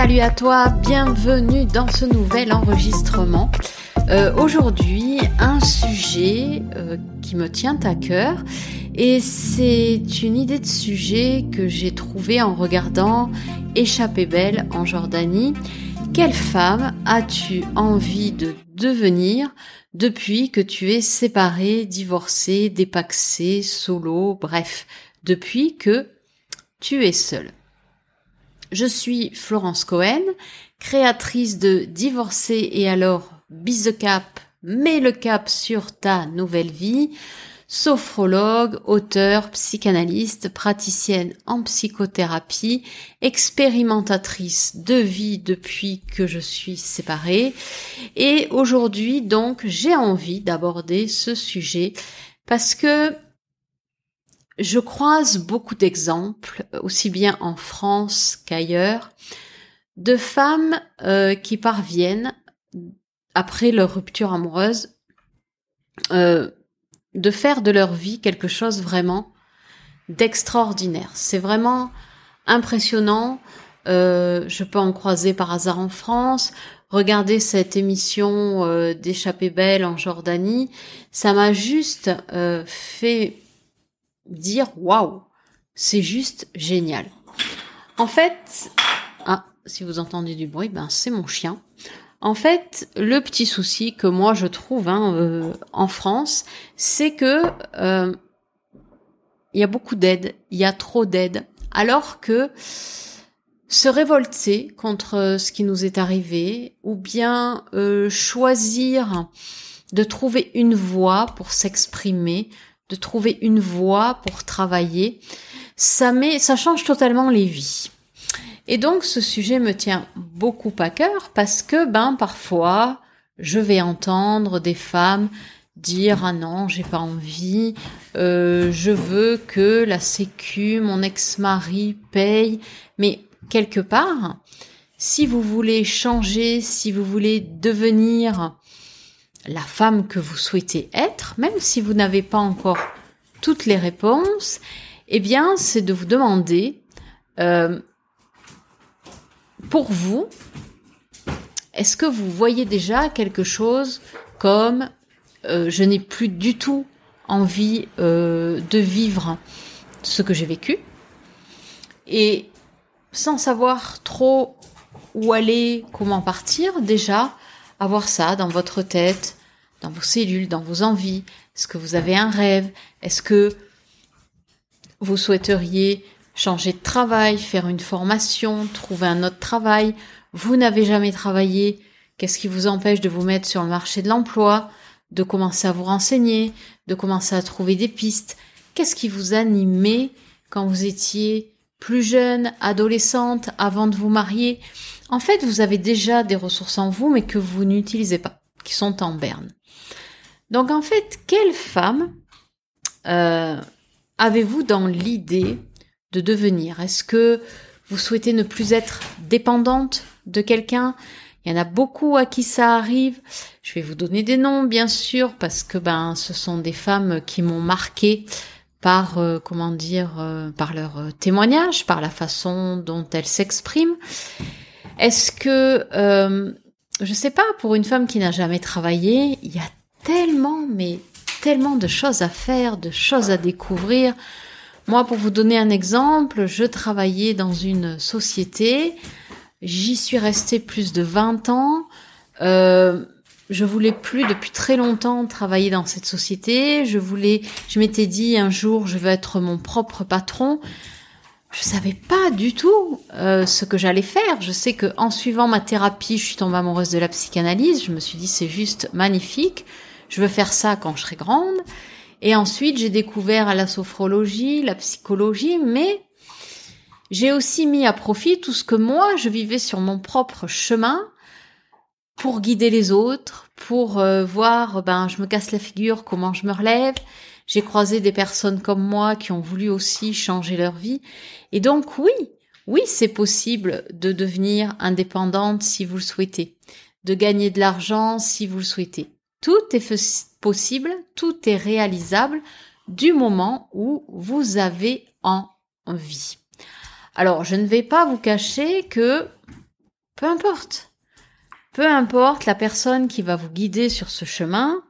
Salut à toi, bienvenue dans ce nouvel enregistrement. Aujourd'hui, un sujet qui me tient à cœur et c'est une idée de sujet que j'ai trouvée en regardant Échappée belle en Jordanie. Quelle femme as-tu envie de devenir depuis que tu es séparée, divorcée, dépaxée, solo, bref, depuis que tu es seule? Je suis Florence Cohen, créatrice de Divorcée et alors bise the cap, mets le cap sur ta nouvelle vie, sophrologue, auteure, psychanalyste, praticienne en psychothérapie, expérimentatrice de vie depuis que je suis séparée. Et aujourd'hui, donc, j'ai envie d'aborder ce sujet parce que je croise beaucoup d'exemples, aussi bien en France qu'ailleurs, de femmes qui parviennent, après leur rupture amoureuse, de faire de leur vie quelque chose vraiment d'extraordinaire. C'est vraiment impressionnant. Je peux en croiser par hasard en France. Regardez cette émission d'Échappée belle en Jordanie. Ça m'a juste fait dire waouh, c'est juste génial. En fait, si vous entendez du bruit, c'est mon chien. En fait, le petit souci que moi je trouve en France, c'est que il y a beaucoup d'aide, il y a trop d'aide, alors que se révolter contre ce qui nous est arrivé, ou bien choisir de trouver une voie pour s'exprimer, de trouver une voie pour travailler, ça change totalement les vies. Et donc ce sujet me tient beaucoup à cœur parce que parfois je vais entendre des femmes dire ah non, j'ai pas envie, je veux que la sécu, mon ex-mari paye, mais quelque part, si vous voulez changer, si vous voulez devenir la femme que vous souhaitez être, même si vous n'avez pas encore toutes les réponses, c'est de vous demander, pour vous, est-ce que vous voyez déjà quelque chose comme je n'ai plus du tout envie de vivre ce que j'ai vécu, et sans savoir trop où aller, comment partir, déjà avoir ça dans votre tête, dans vos cellules, dans vos envies. Est-ce que vous avez un rêve? Est-ce que vous souhaiteriez changer de travail, faire une formation, trouver un autre travail? Vous n'avez jamais travaillé. Qu'est-ce qui vous empêche de vous mettre sur le marché de l'emploi, de commencer à vous renseigner, de commencer à trouver des pistes? Qu'est-ce qui vous animait quand vous étiez plus jeune, adolescente, avant de vous marier? En fait, vous avez déjà des ressources en vous, mais que vous n'utilisez pas, qui sont en berne. Donc en fait, quelle femme avez-vous dans l'idée de devenir? Est-ce que vous souhaitez ne plus être dépendante de quelqu'un? Il y en a beaucoup à qui ça arrive. Je vais vous donner des noms, bien sûr, parce que ce sont des femmes qui m'ont marquée par par leur témoignage, par la façon dont elles s'expriment. Est-ce que je sais pas, pour une femme qui n'a jamais travaillé, il y a tellement de choses à faire, de choses à découvrir. Moi, pour vous donner un exemple, je travaillais dans une société, j'y suis restée plus de 20 ans, je voulais plus depuis très longtemps travailler dans cette société, je m'étais dit un jour je veux être mon propre patron. Je savais pas du tout ce que j'allais faire. Je sais que en suivant ma thérapie, je suis tombée amoureuse de la psychanalyse. Je me suis dit c'est juste magnifique. Je veux faire ça quand je serai grande. Et ensuite, j'ai découvert la sophrologie, la psychologie, mais j'ai aussi mis à profit tout ce que moi je vivais sur mon propre chemin pour guider les autres, pour voir, je me casse la figure, comment je me relève. J'ai croisé des personnes comme moi qui ont voulu aussi changer leur vie. Et donc oui, c'est possible de devenir indépendante si vous le souhaitez, de gagner de l'argent si vous le souhaitez. Tout est possible, tout est réalisable du moment où vous avez envie. Alors, je ne vais pas vous cacher que Peu importe. Peu importe la personne qui va vous guider sur ce chemin.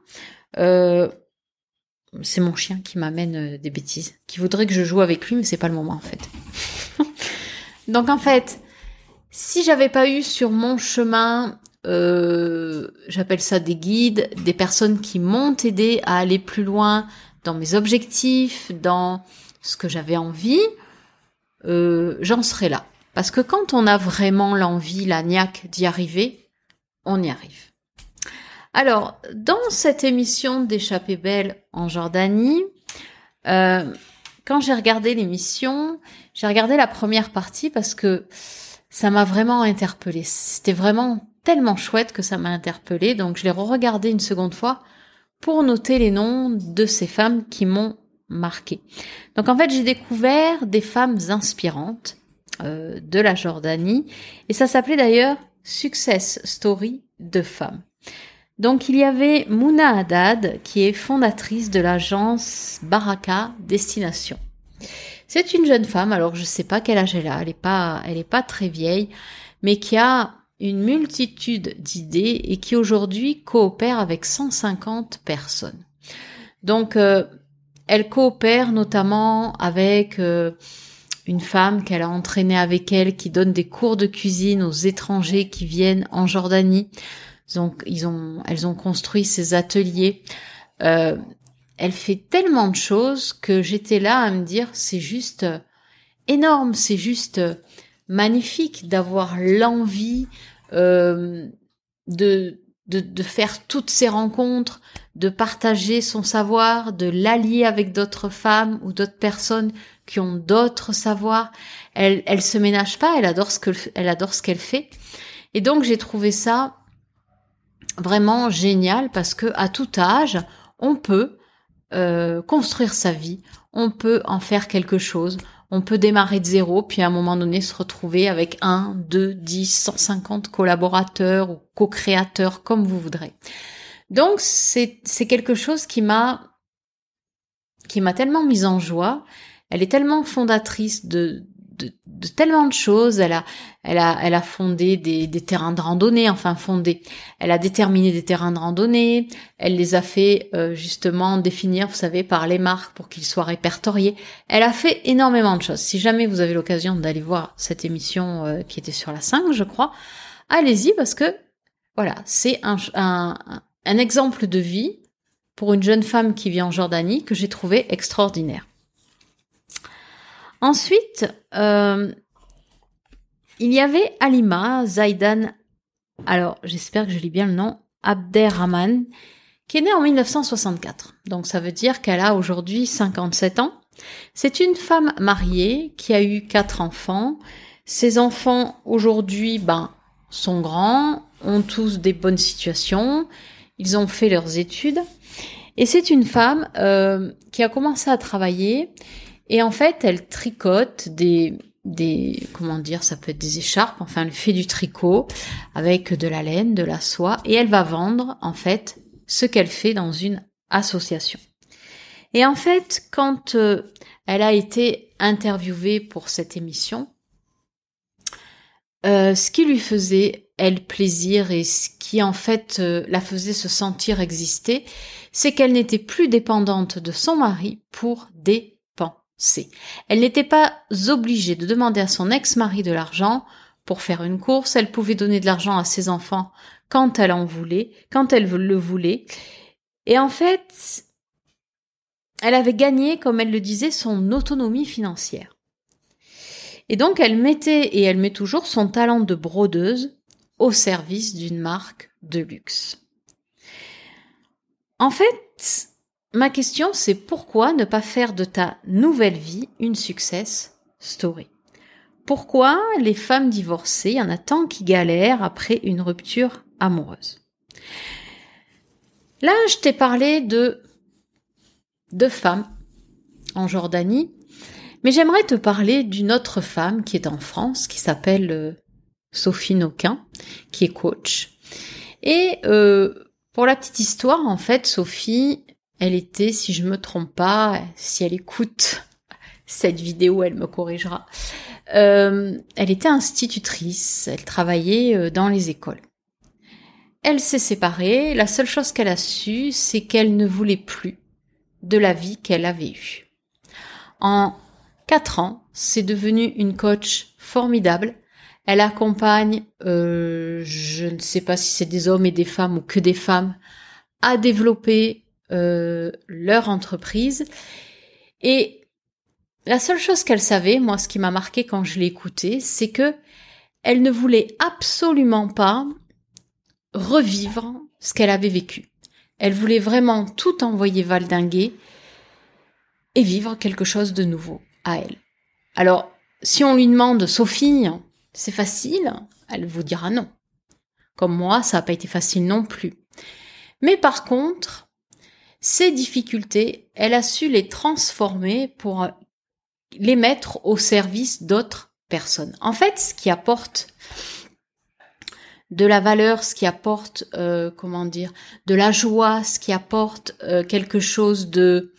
C'est mon chien qui m'amène des bêtises, qui voudrait que je joue avec lui, mais c'est pas le moment en fait. Donc en fait, si j'avais pas eu sur mon chemin, j'appelle ça des guides, des personnes qui m'ont aidé à aller plus loin dans mes objectifs, dans ce que j'avais envie, j'en serais là. Parce que quand on a vraiment l'envie, la niaque d'y arriver, on y arrive. Alors, dans cette émission d'Échappée belle en Jordanie, quand j'ai regardé l'émission, j'ai regardé la première partie parce que ça m'a vraiment interpellée. C'était vraiment tellement chouette que ça m'a interpellée, donc je l'ai re-regardé une seconde fois pour noter les noms de ces femmes qui m'ont marquée. Donc en fait, j'ai découvert des femmes inspirantes de la Jordanie, et ça s'appelait d'ailleurs Success Story de femmes. Donc il y avait Mouna Haddad, qui est fondatrice de l'agence Baraka Destination. C'est une jeune femme, alors je sais pas quel âge elle a, elle est pas très vieille, mais qui a une multitude d'idées et qui aujourd'hui coopère avec 150 personnes. Donc elle coopère notamment avec une femme qu'elle a entraînée avec elle, qui donne des cours de cuisine aux étrangers qui viennent en Jordanie. Donc elles ont construit ces ateliers. Elle fait tellement de choses que j'étais là à me dire c'est juste énorme, c'est juste magnifique d'avoir l'envie de faire toutes ces rencontres, de partager son savoir, de l'allier avec d'autres femmes ou d'autres personnes qui ont d'autres savoirs. Elle se ménage pas, elle adore ce qu'elle fait. Et donc j'ai trouvé ça vraiment génial parce que à tout âge, on peut construire sa vie, on peut en faire quelque chose, on peut démarrer de zéro, puis à un moment donné se retrouver avec 1, 2, 10, 150 collaborateurs ou co-créateurs, comme vous voudrez. Donc c'est quelque chose qui m'a tellement mise en joie. Elle est tellement fondatrice de tellement de choses. Elle a fondé des terrains de randonnée, elle a déterminé des terrains de randonnée, elle les a fait justement définir, vous savez, par les marques pour qu'ils soient répertoriés. Elle a fait énormément de choses. Si jamais vous avez l'occasion d'aller voir cette émission qui était sur la 5, je crois, allez-y parce que voilà, c'est un exemple de vie pour une jeune femme qui vit en Jordanie que j'ai trouvé extraordinaire. Ensuite, il y avait Halima Zaidan, alors j'espère que je lis bien le nom, Abderrahman, qui est née en 1964. Donc ça veut dire qu'elle a aujourd'hui 57 ans. C'est une femme mariée qui a eu 4 enfants. Ses enfants aujourd'hui sont grands, ont tous des bonnes situations, ils ont fait leurs études. Et c'est une femme qui a commencé à travailler. Et en fait, elle tricote ça peut être des écharpes, elle fait du tricot avec de la laine, de la soie, et elle va vendre, en fait, ce qu'elle fait dans une association. Et en fait, quand elle a été interviewée pour cette émission, ce qui lui faisait, elle, plaisir et ce qui, en fait, la faisait se sentir exister, c'est qu'elle n'était plus dépendante de son mari pour dépenser. Elle n'était pas obligée de demander à son ex-mari de l'argent pour faire une course. Elle pouvait donner de l'argent à ses enfants quand elle le voulait. Et en fait, elle avait gagné, comme elle le disait, son autonomie financière. Et donc, elle mettait et elle met toujours son talent de brodeuse au service d'une marque de luxe. En fait, ma question, c'est pourquoi ne pas faire de ta nouvelle vie une success story? Pourquoi les femmes divorcées, il y en a tant qui galèrent après une rupture amoureuse? Là, je t'ai parlé de femmes en Jordanie, mais j'aimerais te parler d'une autre femme qui est en France, qui s'appelle Sophie Noquin, qui est coach. Et pour la petite histoire, en fait, Sophie, elle était, si je me trompe pas, si elle écoute cette vidéo, elle me corrigera. Elle était institutrice, elle travaillait dans les écoles. Elle s'est séparée, la seule chose qu'elle a su, c'est qu'elle ne voulait plus de la vie qu'elle avait eue. En 4 ans, c'est devenu une coach formidable. Elle accompagne, je ne sais pas si c'est des hommes et des femmes ou que des femmes, à développer leur entreprise. Et la seule chose qu'elle savait, moi ce qui m'a marqué quand je l'ai écoutée, c'est que elle ne voulait absolument pas revivre ce qu'elle avait vécu. Elle voulait vraiment tout envoyer valdinguer et vivre quelque chose de nouveau à elle. Alors, si on lui demande « Sophie, c'est facile ?» elle vous dira non. Comme moi, ça n'a pas été facile non plus. Mais par contre, ces difficultés, elle a su les transformer pour les mettre au service d'autres personnes. En fait, ce qui apporte de la valeur, ce qui apporte, de la joie, ce qui apporte quelque chose de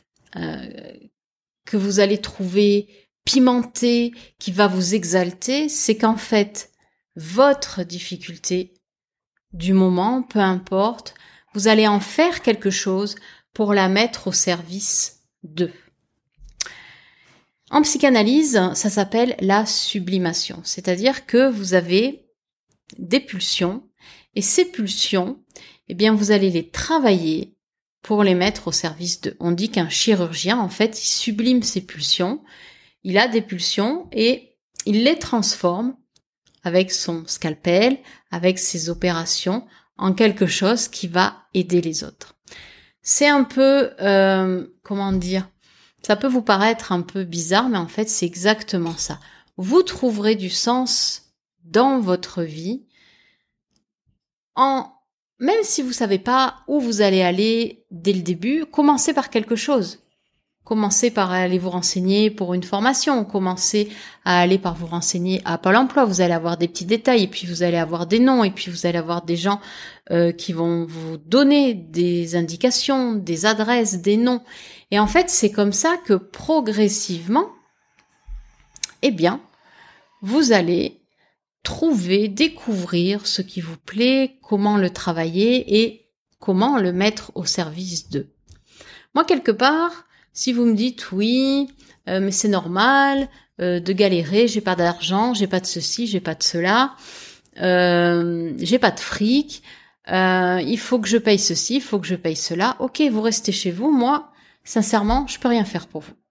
que vous allez trouver pimenté, qui va vous exalter, c'est qu'en fait, votre difficulté du moment, peu importe, vous allez en faire quelque chose pour la mettre au service d'eux. En psychanalyse, ça s'appelle la sublimation, c'est-à-dire que vous avez des pulsions, et ces pulsions, eh bien, vous allez les travailler pour les mettre au service d'eux. On dit qu'un chirurgien, en fait, il sublime ses pulsions, il a des pulsions et il les transforme avec son scalpel, avec ses opérations, en quelque chose qui va aider les autres. C'est un peu, ça peut vous paraître un peu bizarre, mais en fait, c'est exactement ça. Vous trouverez du sens dans votre vie même si vous savez pas où vous allez aller dès le début, commencez par quelque chose. Commencez par aller vous renseigner pour une formation, commencez à aller par vous renseigner à Pôle emploi, vous allez avoir des petits détails, et puis vous allez avoir des noms, et puis vous allez avoir des gens qui vont vous donner des indications, des adresses, des noms. Et en fait, c'est comme ça que progressivement, eh bien, vous allez trouver, découvrir ce qui vous plaît, comment le travailler et comment le mettre au service d'eux. Moi, quelque part, si vous me dites oui, mais c'est normal de galérer, j'ai pas d'argent, j'ai pas de ceci, j'ai pas de cela, j'ai pas de fric, il faut que je paye ceci, il faut que je paye cela. Ok, vous restez chez vous. Moi, sincèrement, je peux rien faire pour vous.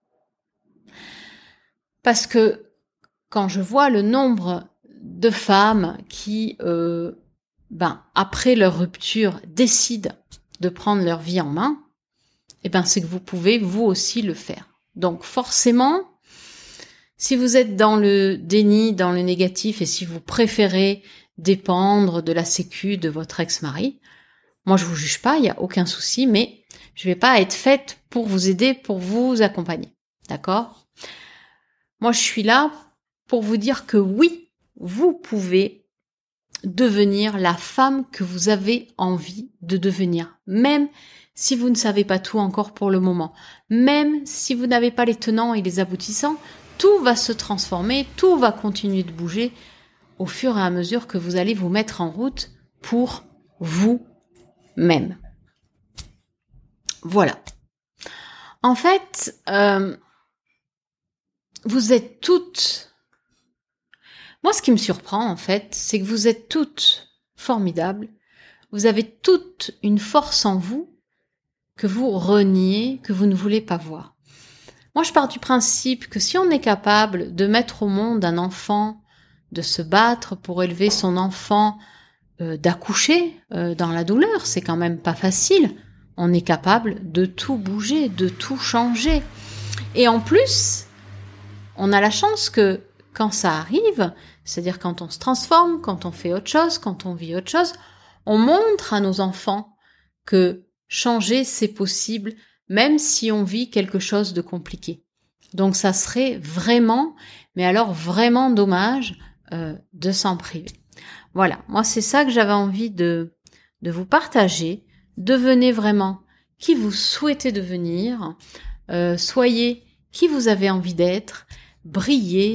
Parce que quand je vois le nombre de femmes qui, après leur rupture, décident de prendre leur vie en main, c'est que vous pouvez vous aussi le faire. Donc forcément, si vous êtes dans le déni, dans le négatif, et si vous préférez dépendre de la sécu de votre ex-mari, moi je vous juge pas, il y a aucun souci, mais je vais pas être faite pour vous aider, pour vous accompagner. D'accord ? Moi je suis là pour vous dire que oui, vous pouvez devenir la femme que vous avez envie de devenir, même si vous ne savez pas tout encore pour le moment, même si vous n'avez pas les tenants et les aboutissants, tout va se transformer, tout va continuer de bouger au fur et à mesure que vous allez vous mettre en route pour vous-même. Voilà. En fait, vous êtes toutes... Moi, ce qui me surprend, en fait, c'est que vous êtes toutes formidables. Vous avez toute une force en vous que vous reniez, que vous ne voulez pas voir. Moi, je pars du principe que si on est capable de mettre au monde un enfant, de se battre pour élever son enfant, d'accoucher dans la douleur, c'est quand même pas facile. On est capable de tout bouger, de tout changer. Et en plus, on a la chance que quand ça arrive, c'est-à-dire quand on se transforme, quand on fait autre chose, quand on vit autre chose, on montre à nos enfants que changer, c'est possible, même si on vit quelque chose de compliqué. Donc ça serait vraiment, mais alors vraiment dommage de s'en priver. Voilà, moi c'est ça que j'avais envie de vous partager. Devenez vraiment qui vous souhaitez devenir, soyez qui vous avez envie d'être, brillez,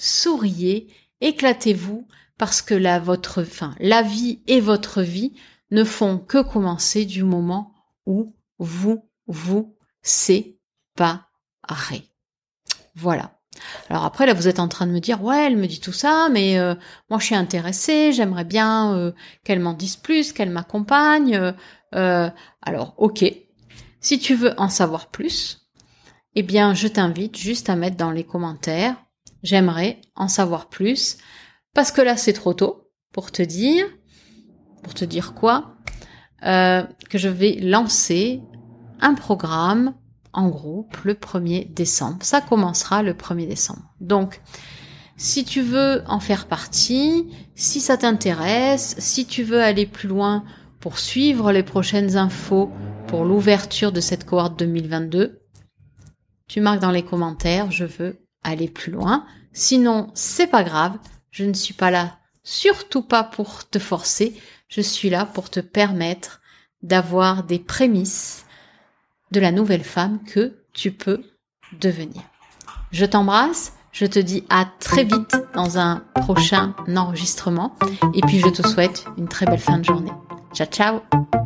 souriez, éclatez-vous, parce que la vie et votre vie ne font que commencer du moment où vous séparez. Voilà. Alors après, là, vous êtes en train de me dire, ouais, elle me dit tout ça, mais moi, je suis intéressée, j'aimerais bien qu'elle m'en dise plus, qu'elle m'accompagne. Alors, ok. Si tu veux en savoir plus, eh bien, je t'invite juste à mettre dans les commentaires, j'aimerais en savoir plus, parce que là, c'est trop tôt pour te dire quoi? Que je vais lancer un programme en groupe le 1er décembre. Ça commencera le 1er décembre. Donc, si tu veux en faire partie, si ça t'intéresse, si tu veux aller plus loin pour suivre les prochaines infos pour l'ouverture de cette cohorte 2022, tu marques dans les commentaires, je veux aller plus loin. Sinon, c'est pas grave, je ne suis pas là, surtout pas pour te forcer, je suis là pour te permettre d'avoir des prémices de la nouvelle femme que tu peux devenir. Je t'embrasse, je te dis à très vite dans un prochain enregistrement et puis je te souhaite une très belle fin de journée. Ciao, ciao!